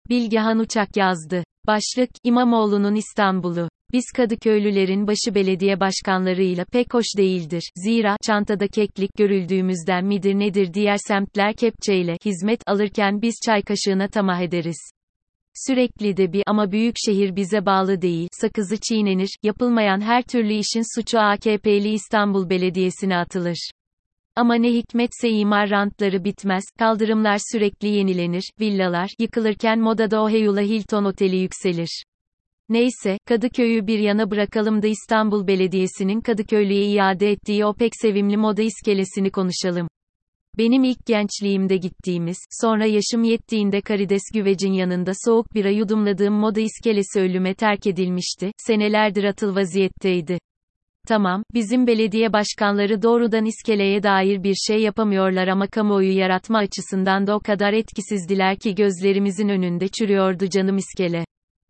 Bilgehan Uçak yazdı. Başlık, İmamoğlu'nun İstanbul'u. Biz Kadıköylülerin başı belediye başkanlarıyla pek hoş değildir. Zira, çantada keklik görüldüğümüzden midir nedir diğer semtler kepçeyle hizmet alırken biz çay kaşığına tamah ederiz. Sürekli de bir ama büyük şehir bize bağlı değil, sakızı çiğnenir, yapılmayan her türlü işin suçu AKP'li İstanbul Belediyesi'ne atılır. Ama ne hikmetse imar rantları bitmez, kaldırımlar sürekli yenilenir, villalar yıkılırken modada o heyula Hilton Oteli yükselir. Neyse, Kadıköy'ü bir yana bırakalım da İstanbul Belediyesi'nin Kadıköylü'ye iade ettiği o pek sevimli moda iskelesini konuşalım. Benim ilk gençliğimde gittiğimiz, sonra yaşım yettiğinde karides güvecin yanında soğuk bira yudumladığım moda iskelesi ölüme terk edilmişti, senelerdir atıl vaziyetteydi. Tamam, bizim belediye başkanları doğrudan iskeleye dair bir şey yapamıyorlar ama kamuoyu yaratma açısından da o kadar etkisizdiler ki gözlerimizin önünde çürüyordu canım iskele.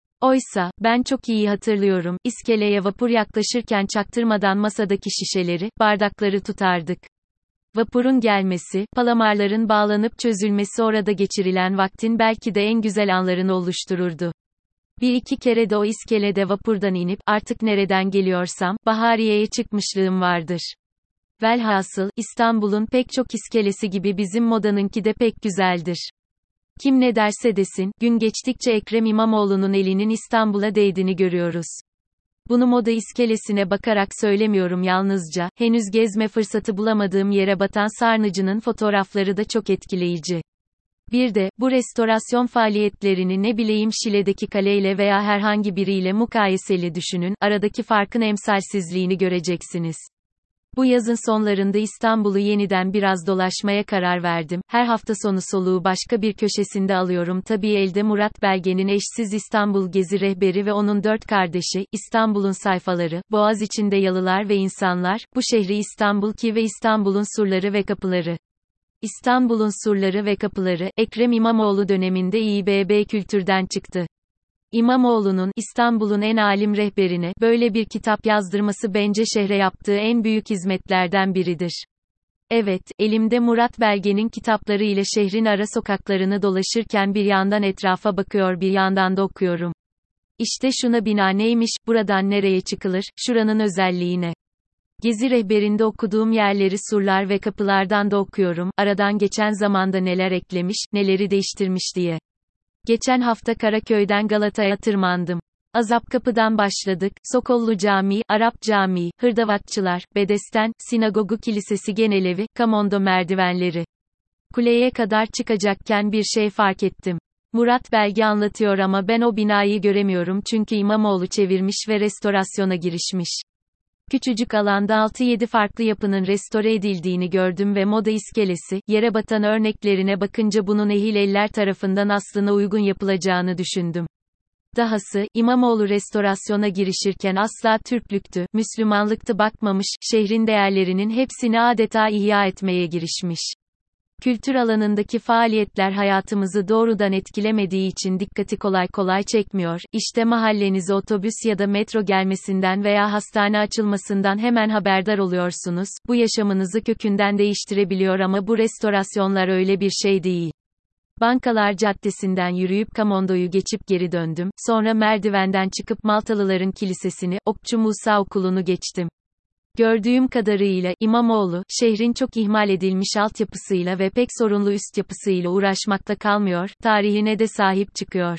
Oysa, ben çok iyi hatırlıyorum, iskeleye vapur yaklaşırken çaktırmadan masadaki şişeleri, bardakları tutardık. Vapurun gelmesi, palamarların bağlanıp çözülmesi orada geçirilen vaktin belki de en güzel anlarını oluştururdu. Bir iki kere de o iskelede vapurdan inip, artık nereden geliyorsam, Bahariye'ye çıkmışlığım vardır. Velhasıl, İstanbul'un pek çok iskelesi gibi bizim modanınki de pek güzeldir. Kim ne derse desin, gün geçtikçe Ekrem İmamoğlu'nun elinin İstanbul'a değdiğini görüyoruz. Bunu moda iskelesine bakarak söylemiyorum yalnızca, henüz gezme fırsatı bulamadığım yere batan sarnıcının fotoğrafları da çok etkileyici. Bir de, bu restorasyon faaliyetlerini ne bileyim Şile'deki kaleyle veya herhangi biriyle mukayeseli düşünün, aradaki farkın emsalsizliğini göreceksiniz. Bu yazın sonlarında İstanbul'u yeniden biraz dolaşmaya karar verdim. Her hafta sonu soluğu başka bir köşesinde alıyorum. Tabii elde Murat Belge'nin eşsiz İstanbul Gezi rehberi ve onun 4 kardeşi, İstanbul'un sayfaları, Boğaz içinde yalılar ve insanlar, bu şehri İstanbul ki ve İstanbul'un surları ve kapıları. İstanbul'un surları ve kapıları, Ekrem İmamoğlu döneminde İBB Kültür'den çıktı. İmamoğlu'nun, İstanbul'un en alim rehberine, böyle bir kitap yazdırması bence şehre yaptığı en büyük hizmetlerden biridir. Evet, elimde Murat Belge'nin kitapları ile şehrin ara sokaklarını dolaşırken bir yandan etrafa bakıyor bir yandan da okuyorum. İşte şuna binaeneymiş, buradan nereye çıkılır, şuranın özelliğine. Gezi rehberinde okuduğum yerleri surlar ve kapılardan da okuyorum, aradan geçen zamanda neler eklemiş, neleri değiştirmiş diye. Geçen hafta Karaköy'den Galata'ya tırmandım. Azapkapı'dan başladık, Sokollu Camii, Arap Camii, Hırdavatçılar, Bedesten, Sinagogu Kilisesi Genelevi, Kamondo merdivenleri. Kuleye kadar çıkacakken bir şey fark ettim. Murat Belge anlatıyor ama ben o binayı göremiyorum çünkü İmamoğlu çevirmiş ve restorasyona girişmiş. Küçücük alanda 6-7 farklı yapının restore edildiğini gördüm ve moda iskelesi, yere batan örneklerine bakınca bunun ehil eller tarafından aslına uygun yapılacağını düşündüm. Dahası, İmamoğlu restorasyona girişirken asla Türklüktü, Müslümanlıktı bakmamış, şehrin değerlerinin hepsini adeta ihya etmeye girişmiş. Kültür alanındaki faaliyetler hayatımızı doğrudan etkilemediği için dikkati kolay kolay çekmiyor. İşte mahallenize otobüs ya da metro gelmesinden veya hastane açılmasından hemen haberdar oluyorsunuz. Bu yaşamınızı kökünden değiştirebiliyor ama bu restorasyonlar öyle bir şey değil. Bankalar Caddesi'nden yürüyüp Kamondo'yu geçip geri döndüm. Sonra merdivenden çıkıp Maltalıların Kilisesi'ni, Okçu Musa Okulu'nu geçtim. Gördüğüm kadarıyla, İmamoğlu, şehrin çok ihmal edilmiş altyapısıyla ve pek sorunlu üst yapısıyla uğraşmakta kalmıyor, tarihine de sahip çıkıyor.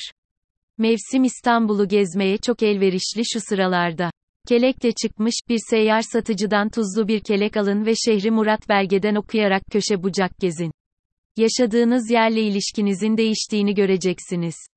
Mevsim İstanbul'u gezmeye çok elverişli şu sıralarda. Kelek de çıkmış, bir seyyar satıcıdan tuzlu bir kelek alın ve şehri Murat Belge'den okuyarak köşe bucak gezin. Yaşadığınız yerle ilişkinizin değiştiğini göreceksiniz.